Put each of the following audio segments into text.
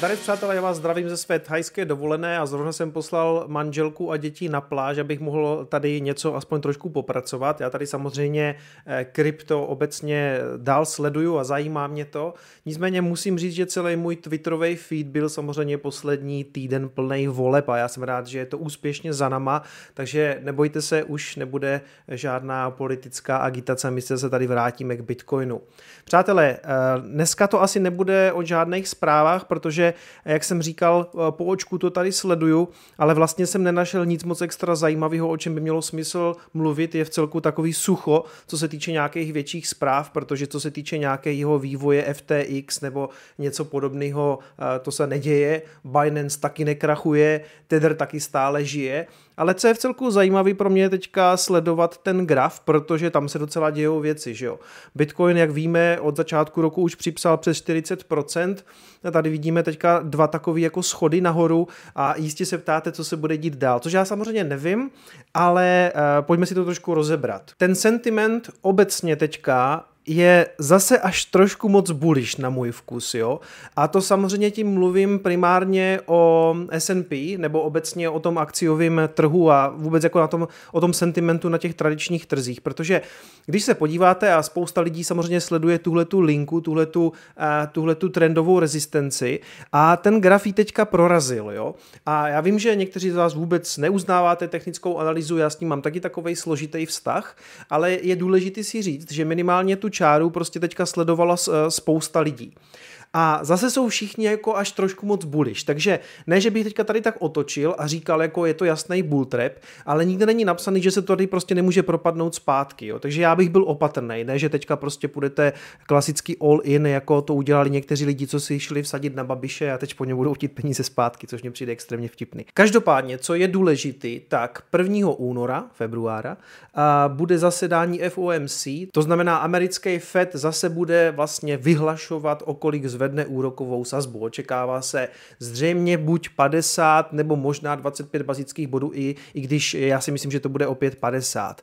Zdarec, přátelé, já vás zdravím ze své thajské dovolené a zrovna jsem poslal manželku a děti na pláž, abych mohl tady něco aspoň trošku popracovat. Já tady samozřejmě krypto obecně dál sleduju a zajímá mě to. Nicméně musím říct, že celý můj twitterový feed byl samozřejmě poslední týden plnej voleb a já jsem rád, že je to úspěšně za nama, takže nebojte se, už nebude žádná politická agitace, my se tady vrátíme k Bitcoinu. Přátelé, dneska to asi nebude o žádných zprávách, protože, jak jsem říkal, po očku to tady sleduju, ale vlastně jsem nenašel nic moc extra zajímavého, o čem by mělo smysl mluvit. Je v celku takový sucho, co se týče nějakých větších zpráv, protože co se týče nějakého vývoje FTX nebo něco podobného, to se neděje. Binance taky nekrachuje, Tether taky stále žije. Ale co je v celku zajímavý pro mě teďka sledovat ten graf, protože tam se docela dějou věci, že jo. Bitcoin, jak víme, od začátku roku už připsal přes 40%. A tady vidíme teďka dva takový jako schody nahoru a jistě se ptáte, co se bude dít dál. Což já samozřejmě nevím, ale pojďme si to trošku rozebrat. Ten sentiment obecně teďka je zase až trošku moc bullish na můj vkus, jo. A to samozřejmě tím mluvím primárně o S&P nebo obecně o tom akciovém trhu a vůbec jako o tom sentimentu na těch tradičních trzích, protože když se podíváte a spousta lidí samozřejmě sleduje tuhletu linku, tuhletu trendovou rezistenci a ten graf ji teďka prorazil, jo. A já vím, že někteří z vás vůbec neuznáváte technickou analýzu, já s tím mám taky takovej složitý vztah, ale je důležité si říct, že minimálně tu čáru prostě teďka sledovala spousta lidí. A zase jsou všichni jako až trošku moc bullish, takže ne, že bych teďka tady tak otočil a říkal, jako je to jasný bull trap, ale nikde není napsaný, že se to tady prostě nemůže propadnout zpátky, jo. Takže já bych byl opatrný, ne, že teďka prostě půjdete klasicky all in, jako to udělali někteří lidi, co si šli vsadit na Babiše a teď po něm budou chtít peníze zpátky, což mě přijde extrémně vtipný. Každopádně, co je důležitý, tak 1. februára bude zasedání FOMC, to znamená americký Fed zase bude vlastně vyhlašovat, o kolik zvedne úrokovou sazbu. Očekává se zřejmě buď 50 nebo možná 25 bazických bodů, i když já si myslím, že to bude opět 50.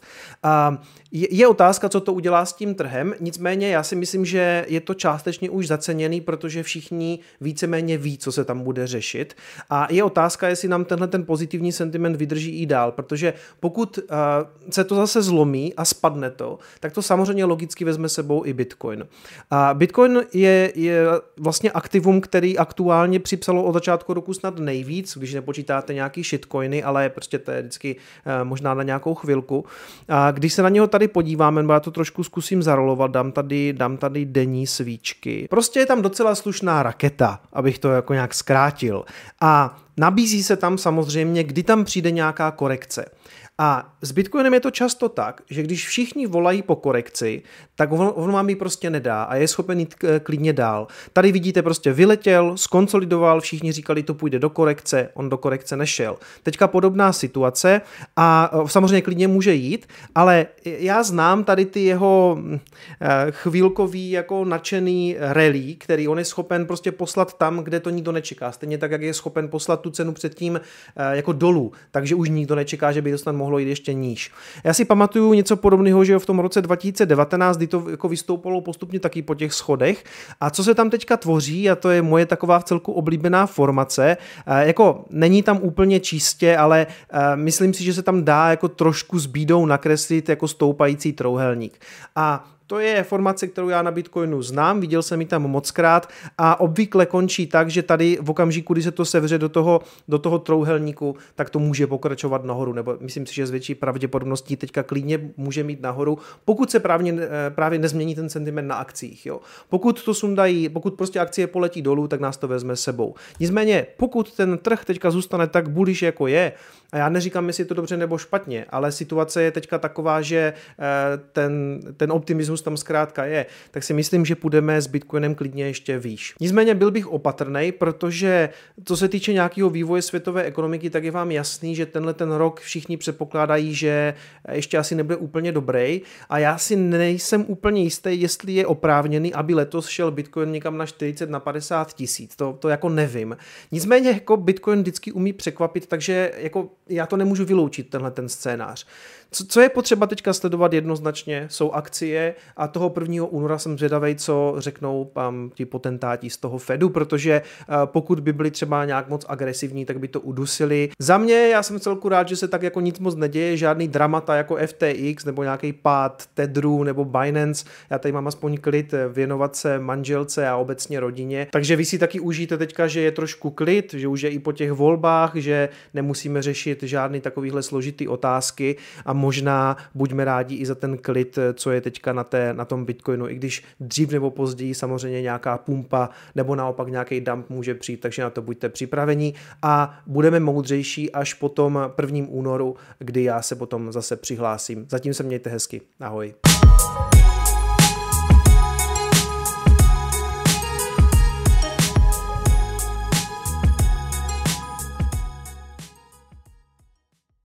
Je otázka, co to udělá s tím trhem, nicméně já si myslím, že je to částečně už zaceněný, protože všichni víceméně ví, co se tam bude řešit. A je otázka, jestli nám tenhle ten pozitivní sentiment vydrží i dál, protože pokud se to zase zlomí a spadne to, tak to samozřejmě logicky vezme sebou i Bitcoin. A Bitcoin je vlastně aktivum, který aktuálně připsalo od začátku roku snad nejvíc, když nepočítáte nějaký shitcoiny, ale prostě to je vždycky možná na nějakou chvilku. A když se na něho tady podíváme, já to trošku zkusím zarolovat, dám tady denní svíčky. Prostě je tam docela slušná raketa, abych to jako nějak zkrátil. A nabízí se tam samozřejmě, kdy tam přijde nějaká korekce. A s Bitcoinem je to často tak, že když všichni volají po korekci, tak on vám ji prostě nedá a je schopen jít klidně dál. Tady vidíte, prostě vyletěl, skonsolidoval, všichni říkali, to půjde do korekce, on do korekce nešel. Teďka podobná situace a samozřejmě klidně může jít, ale já znám tady ty jeho chvílkový jako nadšený rally, který on je schopen prostě poslat tam, kde to nikdo nečeká. Stejně tak, jak je schopen poslat tu cenu předtím jako dolů, takže už nikdo nečeká, že by to snad mohlo jít ještě níž. Já si pamatuju něco podobného, že v tom roce 2019, kdy to jako vystoupalo postupně taky po těch schodech. A co se tam teďka tvoří, a to je moje taková vcelku oblíbená formace, jako není tam úplně čistě, ale myslím si, že se tam dá jako trošku s bídou nakreslit jako stoupající trouhelník. A to je formace, kterou já na Bitcoinu znám, viděl jsem ji tam mockrát a obvykle končí tak, že tady v okamžiku, kdy se to sevře do toho trouhelníku, tak to může pokračovat nahoru, nebo myslím si, že s větší pravděpodobností teďka klidně může mít nahoru, pokud se právě nezmění ten sentiment na akcích. Jo. Pokud to sundají, pokud prostě akcie poletí dolů, tak nás to vezme sebou. Nicméně, pokud ten trh teďka zůstane tak bullish, jako je, a já neříkám, jestli je to dobře nebo špatně, ale situace je teďka taková, že ten optimismus tam zkrátka je, tak si myslím, že půjdeme s Bitcoinem klidně ještě výš. Nicméně byl bych opatrnej, protože co se týče nějakého vývoje světové ekonomiky, tak je vám jasný, že tenhle ten rok všichni předpokládají, že ještě asi nebude úplně dobrý a já si nejsem úplně jistý, jestli je oprávněný, aby letos šel Bitcoin někam na 40, na 50 tisíc. To jako nevím. Nicméně jako Bitcoin vždycky umí překvapit, takže jako já to nemůžu vyloučit, tenhle ten scénář. Co je potřeba teďka sledovat jednoznačně, jsou akcie a toho 1. února jsem zvědavej, co řeknou ti potentáti z toho Fedu, protože pokud by byli třeba nějak moc agresivní, tak by to udusili. Za mě, já jsem celku rád, že se tak jako nic moc neděje, žádný dramata jako FTX nebo nějaký pád Tethru nebo Binance. Já tady mám aspoň klid věnovat se manželce a obecně rodině. Takže vy si taky užijte teďka, že je trošku klid, že už je i po těch volbách, že nemusíme řešit žádný takovýhle složitý otázky a možná buďme rádi i za ten klid, co je teďka na tom Bitcoinu, i když dřív nebo později samozřejmě nějaká pumpa nebo naopak nějaký dump může přijít, takže na to buďte připraveni a budeme moudřejší až po tom 1. únoru, kdy já se potom zase přihlásím. Zatím se mějte hezky. Ahoj.